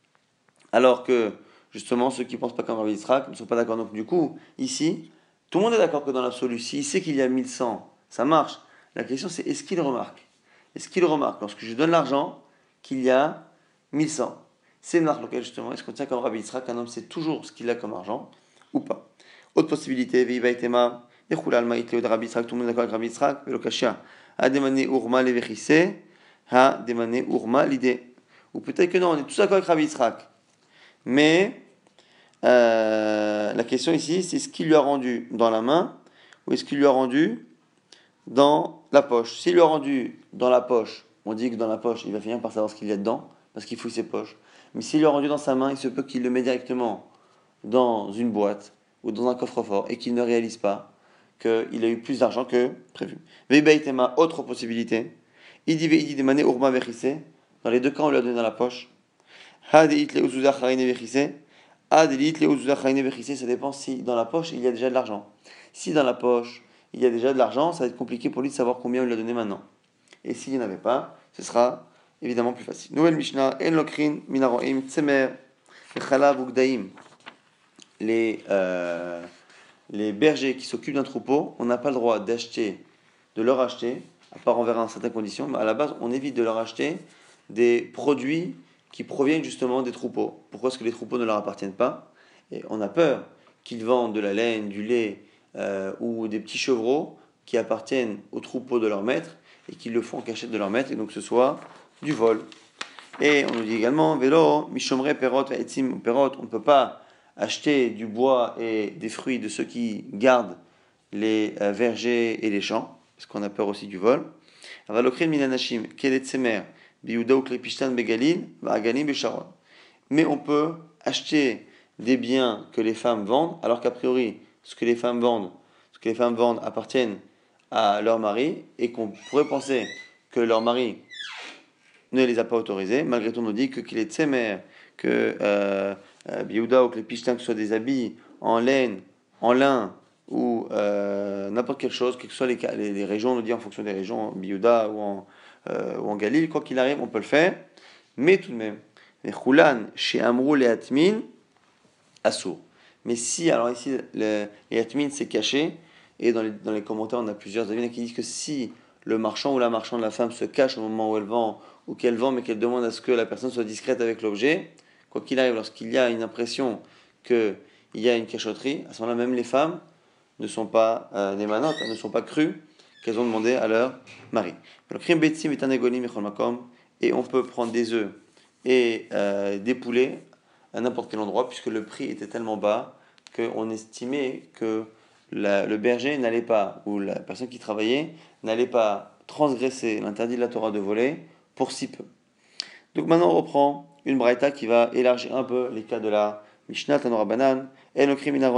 Alors que, justement, ceux qui ne pensent pas comme Rabbi Yitzhak ne sont pas d'accord. Donc, du coup, ici, tout le monde est d'accord que dans l'absolu, s'il sait qu'il y a 1100, ça marche. La question, c'est est-ce qu'il remarque? Est-ce qu'il remarque, lorsque je donne l'argent, qu'il y a 1100? C'est une marque locale, justement. Est-ce qu'on tient comme Rabbi Yitzhak, qu'un homme sait toujours ce qu'il a comme argent ou pas? Autre possibilité, Veiva et Tema, Echula Alma Itleo de Rabbi Yitzhak, tout le monde est d'accord avec Rabbi Yitzhak, Velokashia, Ademane Urma Levechise, Ha Demane Urma l'idée. Ou peut-être que non, on est tous d'accord avec Rabbi Yitzhak. Mais la question ici, c'est ce qu'il lui a rendu dans la main ou est-ce qu'il lui a rendu dans la poche. S'il lui a rendu dans la poche, on dit que dans la poche, il va finir par savoir ce qu'il y a dedans parce qu'il fouille ses poches. Mais s'il lui a rendu dans sa main, il se peut qu'il le met directement dans une boîte ou dans un coffre-fort et qu'il ne réalise pas qu'il a eu plus d'argent que prévu. Veibaitema, autre possibilité. Il dit demane urma vechise. Dans les deux cas, on lui a donné dans la poche. Ça dépend si dans la poche il y a déjà de l'argent. Si dans la poche il y a déjà de l'argent, ça va être compliqué pour lui de savoir combien on lui a donné maintenant. Et s'il n'y en avait pas, ce sera évidemment plus facile. Nouvelle Mishnah, En Lokrin, Minaroim, Tsemer, Chalav Ugdaim. Les bergers qui s'occupent d'un troupeau, on n'a pas le droit de leur acheter, à part envers certaines conditions, mais à la base, on évite de leur acheter des produits qui proviennent justement des troupeaux. Pourquoi est-ce que les troupeaux ne leur appartiennent pas? Et on a peur qu'ils vendent de la laine, du lait ou des petits chevreaux qui appartiennent aux troupeaux de leur maître et qu'ils le font en cachette de leur maître et donc ce soit du vol. Et on nous dit également, vélo, mishomre perot, etzim perot, on ne peut pas acheter du bois et des fruits de ceux qui gardent les vergers et les champs, parce qu'on a peur aussi du vol. Avalokrin minanashim, keletsemer, biuda uklepishtan begalil, va'agalim besharon. Mais on peut acheter des biens que les femmes vendent, alors qu'a priori, ce que les femmes vendent appartiennent à leur mari, et qu'on pourrait penser que leur mari ne les a pas autorisés. Malgré tout, on nous dit que qu'il est tsemer, que biouda ou que les pishtins, que ce soit des habits en laine, en lin ou n'importe quelle chose, quelles que soient les régions, on nous dit en fonction des régions, en Biouda ou en Galil, quoi qu'il arrive, on peut le faire. Mais tout de même, les Choulan, chez Amrou, les Atmin, Assour. Mais si, alors ici, les Atmin, c'est caché, et dans les commentaires, on a plusieurs avis qui disent que si le marchand ou la marchande, la femme, se cache au moment où elle vend, ou qu'elle vend, mais qu'elle demande à ce que la personne soit discrète avec l'objet, quoi qu'il arrive, lorsqu'il y a une impression qu'il y a une cachotterie, à ce moment-là, même les femmes ne sont pas némanotes, ne sont pas crues qu'elles ont demandé à leur mari. Le crime betsim est un égonim et on peut prendre des œufs et des poulets à n'importe quel endroit, puisque le prix était tellement bas qu'on estimait que le berger n'allait pas, ou la personne qui travaillait, n'allait pas transgresser l'interdit de la Torah de voler pour si peu. Donc maintenant on reprend une braïta qui va élargir un peu les cas de la Mishnah Tanora Banan, on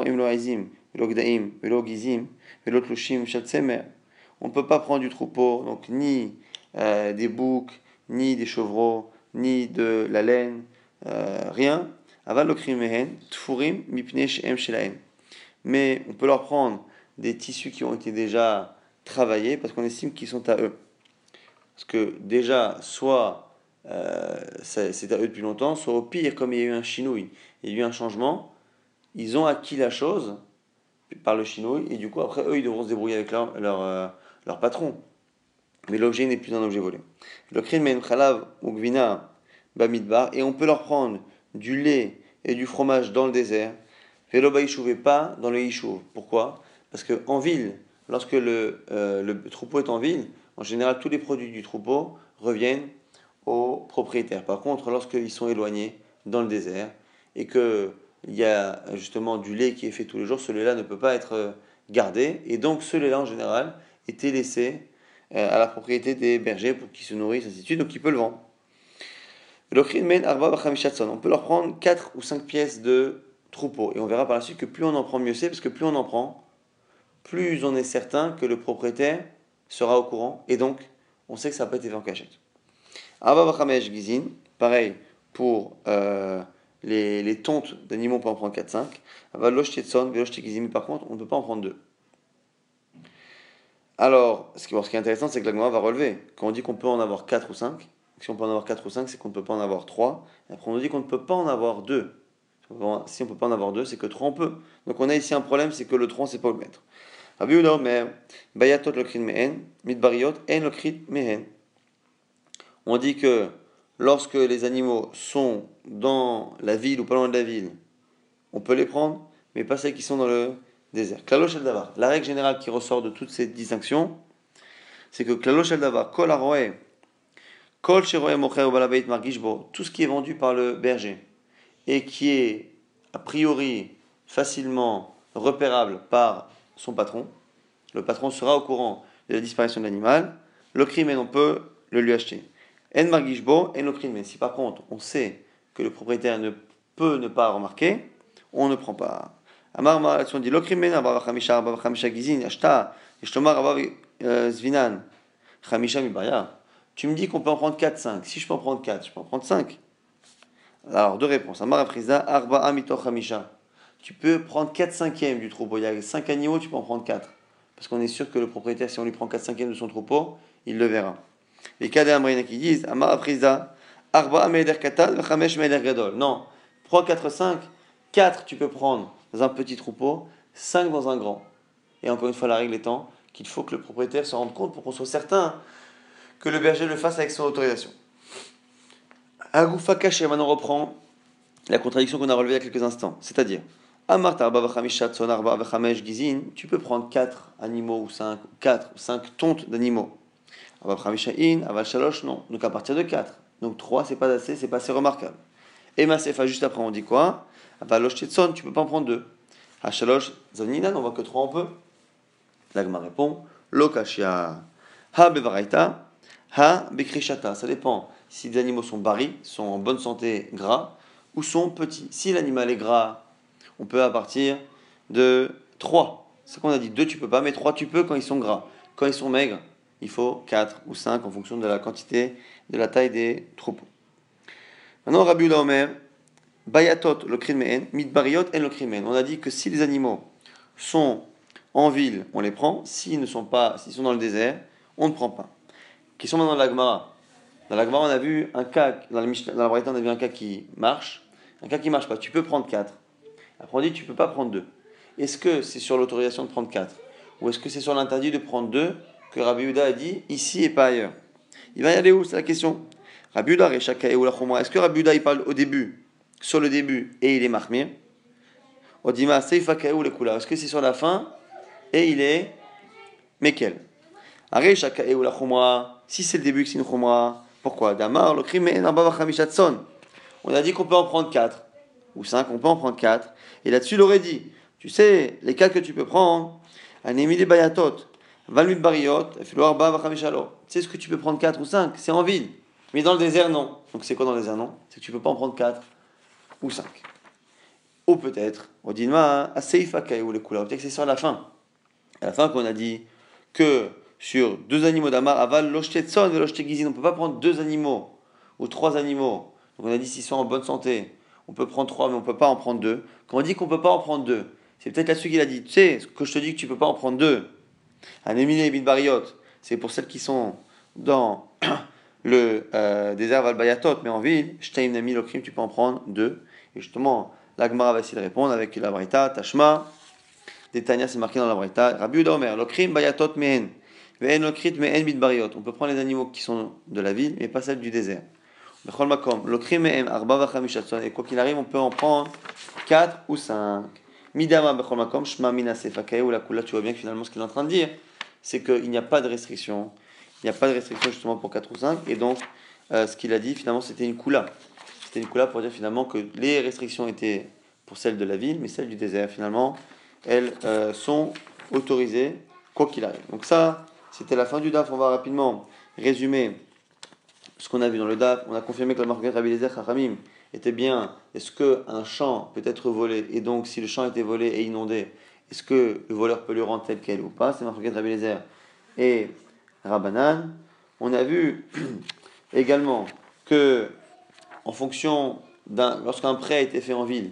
ne peut pas prendre du troupeau, donc ni des boucs, ni des chevreaux, ni de la laine, rien. Mais on peut leur prendre des tissus qui ont été déjà travaillés parce qu'on estime qu'ils sont à eux. Parce que déjà, soit c'est à eux depuis longtemps, soit au pire, comme il y a eu un chinouille, il y a eu un changement, ils ont acquis la chose par le chinouille, et du coup, après, eux, ils devront se débrouiller avec leur patron. Mais l'objet n'est plus un objet volé. Le krin men chalav ou gvina bamidbar, et on peut leur prendre du lait et du fromage dans le désert, velo baïchouvé pas dans le yishuv. Pourquoi? Parce qu'en ville, lorsque le troupeau est en ville, en général, tous les produits du troupeau reviennent aux propriétaires. Par contre, lorsqu'ils sont éloignés dans le désert et qu'il y a justement du lait qui est fait tous les jours, ce lait-là ne peut pas être gardé. Et donc, ce lait-là, en général, était laissé à la propriété des bergers pour qu'ils se nourrissent, ainsi de suite. Donc, ils peuvent le vendre. On peut leur prendre 4 ou 5 pièces de troupeau. Et on verra par la suite que plus on en prend, mieux c'est, parce que plus on en prend, plus on est certain que le propriétaire sera au courant. Et donc, on sait que ça n'a pas été fait en cachette. Pareil pour les tontes d'animaux, on peut en prendre 4-5. Par contre, on ne peut pas en prendre 2. Alors, ce qui est intéressant, c'est que la Gemara va relever. Quand on dit qu'on peut en avoir 4 ou 5, si on peut en avoir 4 ou 5, c'est qu'on ne peut pas en avoir 3. Et après, on nous dit qu'on ne peut pas en avoir 2. Si on ne peut pas en avoir 2, c'est que 3 on peut. Donc on a ici un problème, c'est que le 3 on ne sait pas où le mettre. On dit que lorsque les animaux sont dans la ville ou pas loin de la ville, on peut les prendre, mais pas celles qui sont dans le désert. Klalo shel davar. La règle générale qui ressort de toutes ces distinctions, c'est que klalo shel davar, kol haroe, kol sheroe mocher ou balabeit margish bo, tout ce qui est vendu par le berger et qui est a priori facilement repérable par son patron, le patron sera au courant de la disparition de l'animal, le crime on peut le lui acheter. En margishbo, en le crime. Si par contre on sait que le propriétaire ne peut ne pas remarquer, on ne prend pas. Amar on dit le crime abar chamisha gizin ashta yishtomar abar zvinan chamisha mibaya. Tu me dis qu'on peut en prendre 4, 5. Si je peux en prendre 4, je peux en prendre 5. Alors, deux réponses. Amar Afriza, Arba'a mitoch hamisha. Tu peux prendre 4 cinquièmes du troupeau. Il y a 5 animaux, tu peux en prendre 4. Parce qu'on est sûr que le propriétaire, si on lui prend 4 cinquièmes de son troupeau, il le verra. Les cas d'Amrina qui disent, Amar Afriza, Arba'a me'eder katan, Chamesh me'eder gadol. Non, prends 4, 5. 4, tu peux prendre dans un petit troupeau, 5 dans un grand. Et encore une fois, la règle étant qu'il faut que le propriétaire se rende compte pour qu'on soit certain que le berger le fasse avec son autorisation. Agoufa caché, maintenant on reprend la contradiction qu'on a relevée il y a quelques instants. C'est-à-dire, tu peux prendre 4 animaux ou 5, 4 ou 5 tontes d'animaux. Non. Donc à partir de 4. Donc 3, c'est pas assez, c'est pas assez remarquable. Et Masefa, juste après, on dit quoi? Tu peux pas en prendre 2. Hachalosh, Zoninan, on voit que 3 on peut. L'agma répond, Lokashia, Ha bevaraita, Ha bekrishata. Ça dépend si les animaux sont baris, sont en bonne santé, gras, ou sont petits. Si l'animal est gras, on peut à partir de 3. C'est qu'on a dit 2 tu peux pas, mais 3 tu peux quand ils sont gras. Quand ils sont maigres, il faut 4 ou 5 en fonction de la quantité, de la taille des troupeaux. Maintenant, Rabbi Yehuda Omer, Bayatot le krimen, Midbariot et le krimen. On a dit que si les animaux sont En ville, on les prend. S'ils sont dans le désert, on ne prend pas. Question maintenant de la Gemara. Dans la Gemara, on a vu un cas, dans la Braïta, on a vu un cas qui marche, un cas qui ne marche pas. Tu peux prendre 4. Après, on dit tu ne peux pas prendre 2. Est-ce que c'est sur l'autorisation de prendre 4 ou est-ce que c'est sur l'interdit de prendre 2 que Rabbi Yehuda a dit ici et pas ailleurs? Il va y aller où? C'est la question. Rabbi Yehuda, est-ce que Rabbi Yehuda il parle au début, sur le début, et il est mahmir? Odima, Seifa Kaou le Kula. Est-ce que c'est sur la fin et il est Mekel? Si c'est le début que c'est une Khumra, pourquoi? Damar, le crime est on a dit qu'on peut en prendre 4 ou 5, on peut en prendre 4. Et là-dessus, il aurait dit, tu sais, les 4 que tu peux prendre, Anémide Bayatot, Valmut Bariot, Filoarba Vachamishalo. Tu sais ce que tu peux prendre 4 ou 5, c'est en ville. Mais dans le désert, non. Donc c'est quoi dans le désert, non? C'est que tu peux pas en prendre 4 ou 5. Ou peut-être, on dit, Aseifa Kaou le Kula. Peut-être que c'est sur la fin. À la fin qu'on a dit que sur 2 animaux d'Amar, Aval, Loshtetson et Loshtegizin, on ne peut pas prendre 2 animaux ou 3 animaux. Donc on a dit s'ils sont en bonne santé, on peut prendre 3, mais on ne peut pas en prendre 2. Quand on dit qu'on ne peut pas en prendre 2, c'est peut-être là-dessus qu'il a dit, tu sais, que je te dis que tu ne peux pas en prendre 2. Anémine et Bariot, c'est pour celles qui sont dans le désert Valbayatot, mais en ville, Shtaim Nami Lokrim, tu peux en prendre 2. Et justement, l'Agmara va essayer de répondre avec la Braïta, Tashma. Détania, c'est marqué dans la Braïta. Rabbi Yehuda Omer, Lokrim Bayatot Mehen, Ve'en Lokrit Mehen Bidbariot. On peut prendre les animaux qui sont de la ville, mais pas celles du désert. Bechol Makom, Lokrim Mehen Arba Vachamishatson. Et quoi qu'il arrive, on peut en prendre 4 ou 5. Midama Bechol Makom, Shma Mina Sefakae ou la Kula. Tu vois bien que finalement, ce qu'il est en train de dire, c'est qu'il n'y a pas de restriction. Il n'y a pas de restriction justement pour 4 ou 5. Et donc, ce qu'il a dit, finalement, c'était une Kula. C'était une Kula pour dire finalement que les restrictions étaient pour celles de la ville, mais celles du désert, finalement, elles sont autorisées quoi qu'il arrive. Donc ça, c'était la fin du DAF. On va rapidement résumer ce qu'on a vu dans le DAF. On a confirmé que la marque Rabbi Eliezer Chachamim était bien. Est-ce qu'un champ peut être volé? Et donc, si le champ était volé et inondé, est-ce que le voleur peut le rendre tel quel ou pas? C'est la marque Rabbi Eliezer et Rabbanan. On a vu également que, en fonction lorsqu'un prêt a été fait en ville,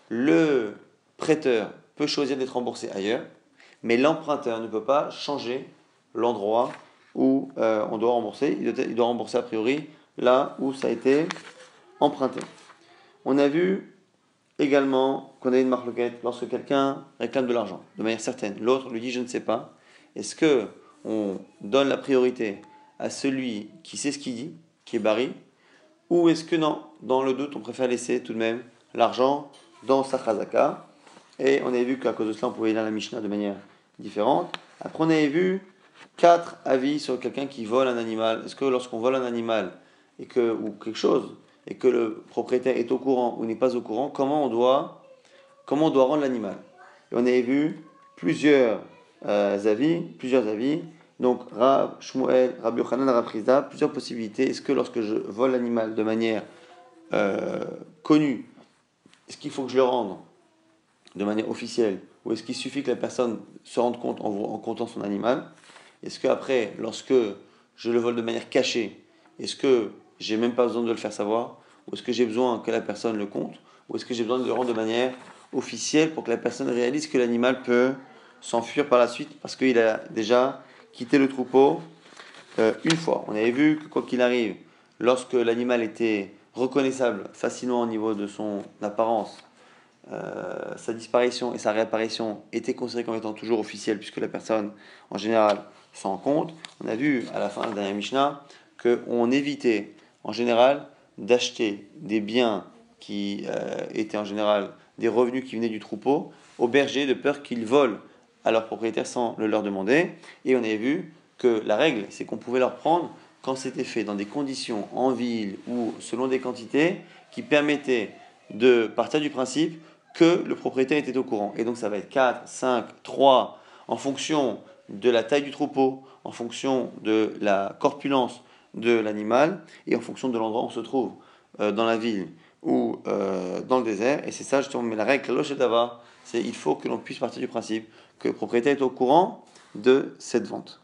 le prêteur peut choisir d'être remboursé ailleurs, mais l'emprunteur ne peut pas changer l'endroit où on doit rembourser. Il doit rembourser a priori là où ça a été emprunté. On a vu également qu'on a une marloquette lorsque quelqu'un réclame de l'argent, de manière certaine. L'autre lui dit je ne sais pas. Est-ce que on donne la priorité à celui qui sait ce qu'il dit, qui est Barry, ou est-ce que non, dans le doute, on préfère laisser tout de même l'argent dans sa chazaka? Et on avait vu qu'à cause de cela, on pouvait lire la Mishnah de manière différente. Après, on avait vu 4 avis sur quelqu'un qui vole un animal. Est-ce que lorsqu'on vole un animal ou quelque chose, et que le propriétaire est au courant ou n'est pas au courant, comment on doit rendre l'animal? Et on avait vu plusieurs avis. Donc, Rav, Shmuel, Rabbi Yochanan, Rav Chizda, plusieurs possibilités. Est-ce que lorsque je vole l'animal de manière connue, est-ce qu'il faut que je le rende de manière officielle, ou est-ce qu'il suffit que la personne se rende compte en comptant son animal? Est-ce qu'après, lorsque je le vole de manière cachée, est-ce que j'ai même pas besoin de le faire savoir, ou est-ce que j'ai besoin que la personne le compte, ou est-ce que j'ai besoin de le rendre de manière officielle pour que la personne réalise que l'animal peut s'enfuir par la suite parce qu'il a déjà quitté le troupeau une fois? On avait vu que quoi qu'il arrive, lorsque l'animal était reconnaissable facilement au niveau de son apparence, sa disparition et sa réapparition étaient considérées comme étant toujours officielles puisque la personne en général s'en rend compte. On a vu à la fin de la Mishnah qu'on évitait en général d'acheter des biens qui étaient en général des revenus qui venaient du troupeau aux bergers de peur qu'ils volent à leurs propriétaires sans le leur demander. Et on avait vu que la règle, c'est qu'on pouvait leur prendre quand c'était fait dans des conditions en ville ou selon des quantités qui permettaient de partir du principe que le propriétaire était au courant. Et donc ça va être 4, 5, 3, en fonction de la taille du troupeau, en fonction de la corpulence de l'animal et en fonction de l'endroit où on se trouve, dans la ville ou dans le désert. Et c'est ça justement, mais la règle, c'est il faut que l'on puisse partir du principe que le propriétaire est au courant de cette vente.